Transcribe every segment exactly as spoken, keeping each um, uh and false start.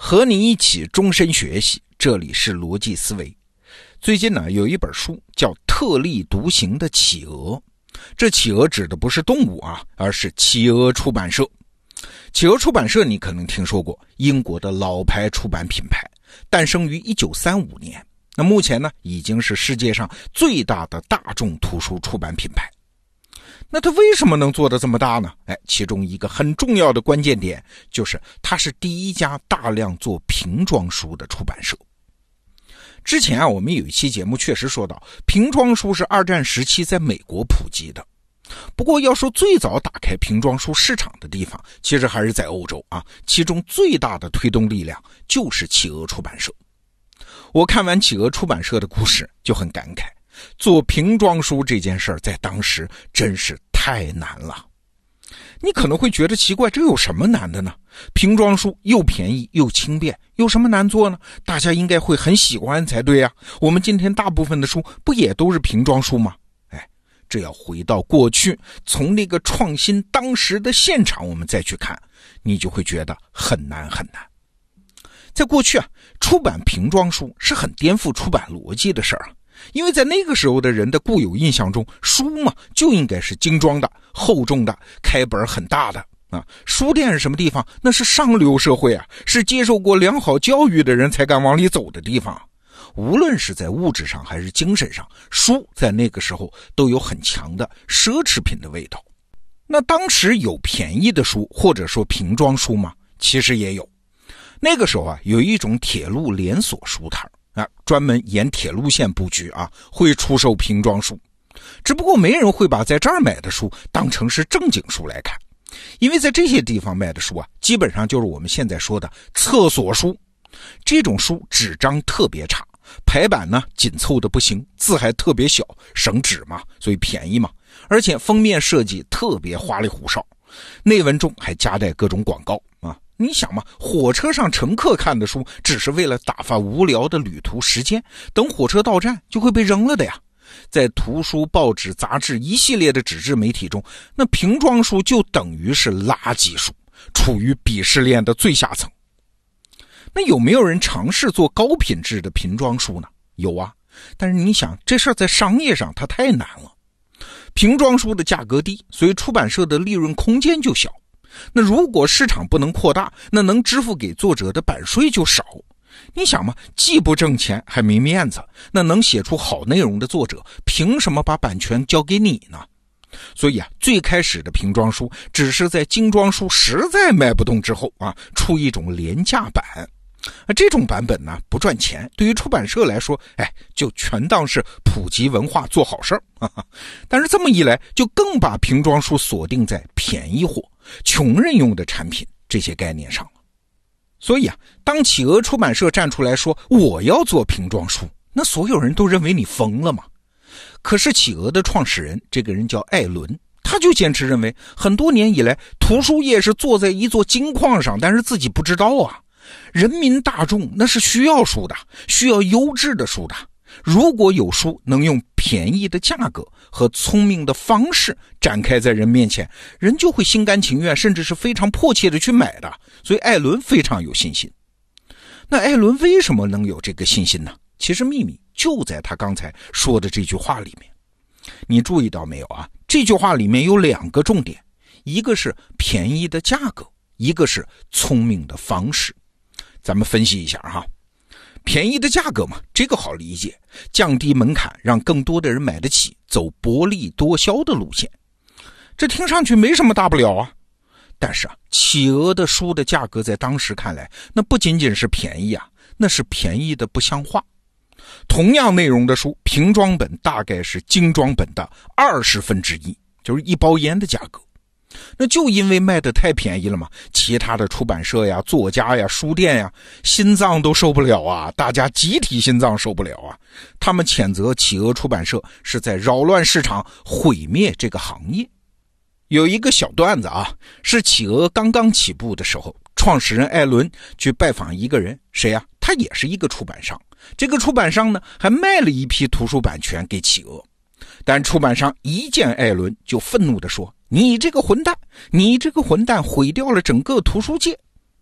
和你一起终身学习，这里是逻辑思维。最近呢，有一本书叫《特立独行的企鹅》，这企鹅指的不是动物啊，而是企鹅出版社。企鹅出版社你可能听说过，英国的老牌出版品牌，诞生于一九三五年。那目前呢，已经是世界上最大的大众图书出版品牌。那它为什么能做得这么大呢？哎，其中一个很重要的关键点就是它是第一家大量做瓶装书的出版社。之前啊，我们有一期节目确实说到，瓶装书是二战时期在美国普及的。不过要说最早打开瓶装书市场的地方，其实还是在欧洲啊，其中最大的推动力量就是企鹅出版社。我看完企鹅出版社的故事就很感慨，做瓶装书这件事儿在当时真是太难了。你可能会觉得奇怪，这有什么难的呢？瓶装书又便宜又轻便，有什么难做呢？大家应该会很喜欢才对啊。我们今天大部分的书不也都是瓶装书吗？哎，这要回到过去，从那个创新当时的现场我们再去看，你就会觉得很难很难。在过去啊，出版瓶装书是很颠覆出版逻辑的事儿啊。因为在那个时候的人的固有印象中，书嘛就应该是精装的、厚重的、开本很大的啊。书店是什么地方？那是上流社会啊，是接受过良好教育的人才敢往里走的地方。无论是在物质上还是精神上，书在那个时候都有很强的奢侈品的味道。那当时有便宜的书，或者说瓶装书吗？其实也有。那个时候啊，有一种铁路连锁书摊啊，专门沿铁路线布局啊，会出售瓶装书。只不过没人会把在这儿买的书当成是正经书来看，因为在这些地方卖的书啊，基本上就是我们现在说的厕所书。这种书纸张特别差，排版呢紧凑的不行，字还特别小，省纸嘛，所以便宜嘛。而且封面设计特别花里胡哨，内文中还夹带各种广告啊。你想嘛，火车上乘客看的书只是为了打发无聊的旅途时间，等火车到站就会被扔了的呀。在图书、报纸、杂志一系列的纸质媒体中，那瓶装书就等于是垃圾书，处于鄙视链的最下层。那有没有人尝试做高品质的瓶装书呢？有啊，但是你想，这事儿在商业上它太难了。瓶装书的价格低，所以出版社的利润空间就小。那如果市场不能扩大，那能支付给作者的版税就少。你想嘛，既不挣钱还没面子，那能写出好内容的作者凭什么把版权交给你呢？所以啊，最开始的瓶装书只是在精装书实在卖不动之后啊，出一种廉价版。啊，这种版本呢不赚钱，对于出版社来说，哎，就全当是普及文化做好事儿。但是这么一来，就更把瓶装书锁定在便宜货、穷人用的产品这些概念上了。所以啊，当企鹅出版社站出来说我要做瓶装书，那所有人都认为你疯了嘛。可是企鹅的创始人，这个人叫艾伦，他就坚持认为，很多年以来，图书业是坐在一座金矿上，但是自己不知道啊。人民大众那是需要书的，需要优质的书的。如果有书能用便宜的价格和聪明的方式展开在人面前，人就会心甘情愿，甚至是非常迫切的去买的。所以艾伦非常有信心。那艾伦为什么能有这个信心呢？其实秘密就在他刚才说的这句话里面。你注意到没有啊？这句话里面有两个重点，一个是便宜的价格，一个是聪明的方式。咱们分析一下哈。便宜的价格嘛，这个好理解，降低门槛，让更多的人买得起，走薄利多销的路线。这听上去没什么大不了啊。但是啊，企鹅的书的价格在当时看来，那不仅仅是便宜啊，那是便宜的不像话。同样内容的书，瓶装本大概是精装本的二十分之一，就是一包烟的价格。那就因为卖得太便宜了嘛，其他的出版社呀、作家呀、书店呀，心脏都受不了啊，大家集体心脏受不了啊。他们谴责企鹅出版社是在扰乱市场，毁灭这个行业。有一个小段子啊，是企鹅刚刚起步的时候，创始人艾伦去拜访一个人，谁啊？他也是一个出版商。这个出版商呢，还卖了一批图书版权给企鹅。但出版商一见艾伦就愤怒地说，你这个混蛋，你这个混蛋毁掉了整个图书界。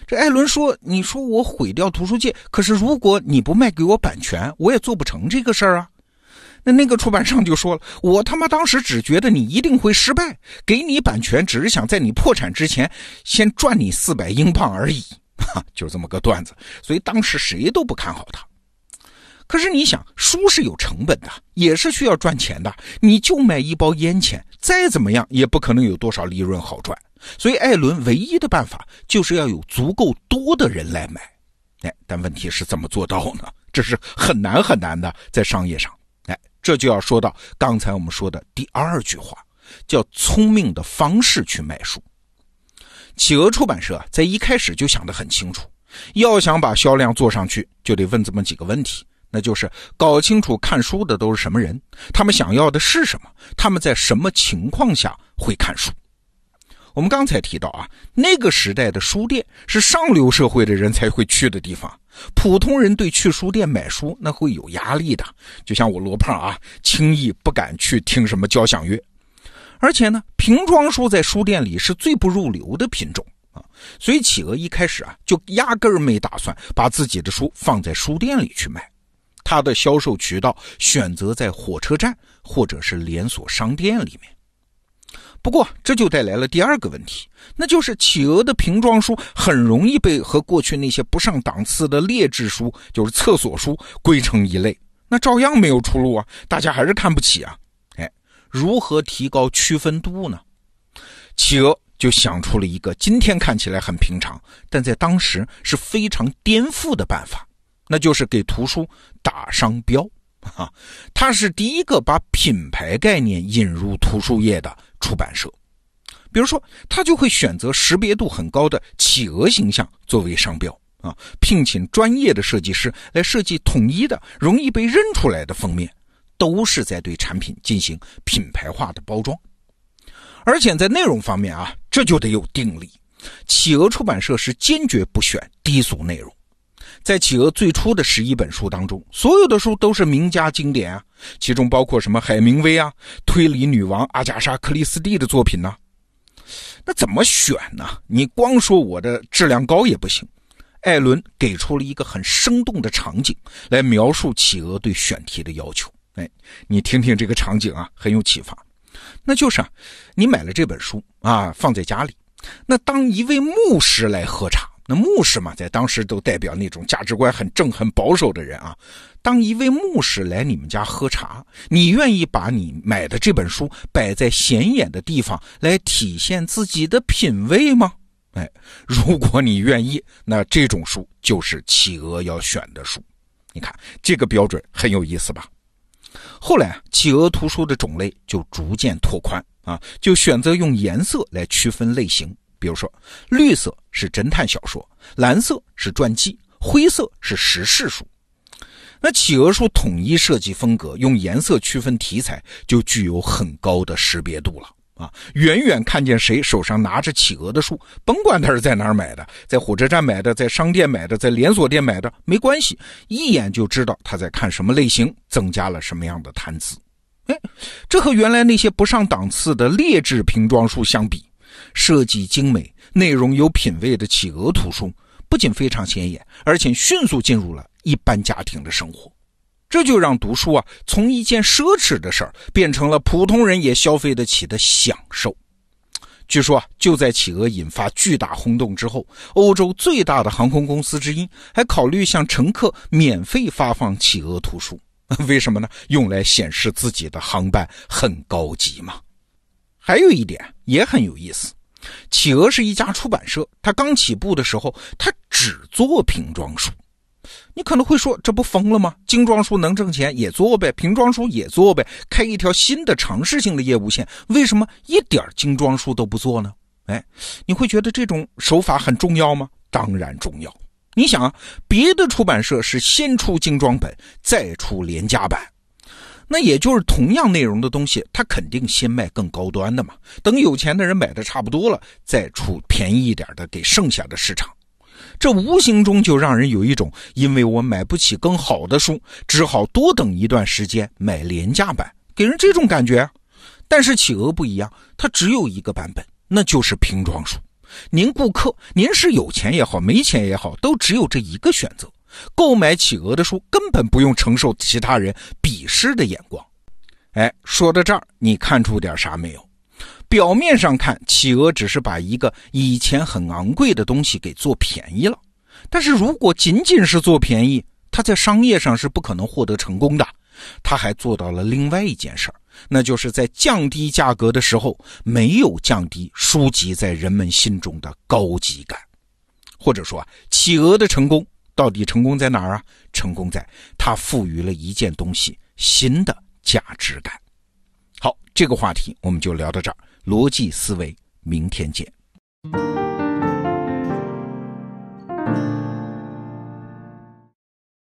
这艾伦说，你说我毁掉图书界，可是如果你不卖给我版权，我也做不成这个事儿啊。那那个出版商就说了，我他妈当时只觉得你一定会失败，给你版权只是想在你破产之前先赚你四百英镑而已，就这么个段子。所以当时谁都不看好他。可是你想，书是有成本的，也是需要赚钱的，你就卖一包烟钱，再怎么样也不可能有多少利润好赚。所以艾伦唯一的办法就是要有足够多的人来买。哎，但问题是怎么做到呢？这是很难很难的，在商业上。哎，这就要说到刚才我们说的第二句话，叫聪明的方式去卖书。企鹅出版社在一开始就想得很清楚，要想把销量做上去，就得问这么几个问题，那就是搞清楚看书的都是什么人，他们想要的是什么，他们在什么情况下会看书。我们刚才提到啊，那个时代的书店是上流社会的人才会去的地方，普通人对去书店买书那会有压力的，就像我罗胖啊，轻易不敢去听什么交响乐。而且呢，瓶装书在书店里是最不入流的品种啊，所以企鹅一开始啊，就压根儿没打算把自己的书放在书店里去卖，它的销售渠道选择在火车站或者是连锁商店里面。不过这就带来了第二个问题，那就是企鹅的瓶装书很容易被和过去那些不上档次的劣质书，就是厕所书归成一类，那照样没有出路啊，大家还是看不起啊。哎，如何提高区分度呢？企鹅就想出了一个今天看起来很平常，但在当时是非常颠覆的办法，那就是给图书打商标。啊，它是第一个把品牌概念引入图书业的出版社。比如说，他就会选择识别度很高的企鹅形象作为商标啊，聘请专业的设计师来设计统一的、容易被认出来的封面，都是在对产品进行品牌化的包装。而且在内容方面啊，这就得有定力。企鹅出版社是坚决不选低俗内容。在企鹅最初的十一本书当中，所有的书都是名家经典啊，其中包括什么海明威啊、推理女王阿加莎·克里斯蒂的作品呢、啊？那怎么选呢？你光说我的质量高也不行。艾伦给出了一个很生动的场景来描述企鹅对选题的要求。哎，你听听这个场景啊，很有启发。那就是啊，你买了这本书啊，放在家里，那当一位牧师来喝茶，那牧师嘛，在当时都代表那种价值观很正很保守的人啊。当一位牧师来你们家喝茶，你愿意把你买的这本书摆在显眼的地方来体现自己的品味吗？哎，如果你愿意，那这种书就是企鹅要选的书。你看这个标准很有意思吧？后来企鹅图书的种类就逐渐拓宽啊，就选择用颜色来区分类型。比如说，绿色是侦探小说，蓝色是传记，灰色是时事书。那企鹅书统一设计风格，用颜色区分题材，就具有很高的识别度了啊！远远看见谁手上拿着企鹅的书，甭管他是在哪儿买的，在火车站买的，在商店买的，在连锁店买的，没关系，一眼就知道他在看什么类型，增加了什么样的谈资。哎，这和原来那些不上档次的劣质瓶装书相比，设计精美、内容有品位的企鹅图书不仅非常显眼，而且迅速进入了一般家庭的生活。这就让读书啊，从一件奢侈的事儿变成了普通人也消费得起的享受。据说啊，就在企鹅引发巨大轰动之后，欧洲最大的航空公司之一还考虑向乘客免费发放企鹅图书。为什么呢？用来显示自己的航班很高级嘛。还有一点也很有意思，企鹅是一家出版社，它刚起步的时候，它只做瓶装书。你可能会说，这不疯了吗？精装书能挣钱也做呗，瓶装书也做呗，开一条新的尝试性的业务线，为什么一点精装书都不做呢？哎，你会觉得这种手法很重要吗？当然重要。你想啊，别的出版社是先出精装本，再出廉价版。那也就是同样内容的东西，它肯定先卖更高端的嘛，等有钱的人买的差不多了，再出便宜一点的给剩下的市场。这无形中就让人有一种因为我买不起更好的书，只好多等一段时间买廉价版，给人这种感觉啊。但是企鹅不一样，它只有一个版本，那就是瓶装书。 您顾客，您是有钱也好，没钱也好，都只有这一个选择。购买企鹅的书根本不用承受其他人鄙视的眼光。哎，说到这儿，你看出点啥没有？表面上看，企鹅只是把一个以前很昂贵的东西给做便宜了，但是如果仅仅是做便宜，它在商业上是不可能获得成功的。它还做到了另外一件事儿，那就是在降低价格的时候，没有降低书籍在人们心中的高级感。或者说啊，企鹅的成功到底成功在哪儿啊？成功在它赋予了一件东西新的价值感。好，这个话题我们就聊到这儿，逻辑思维，明天见。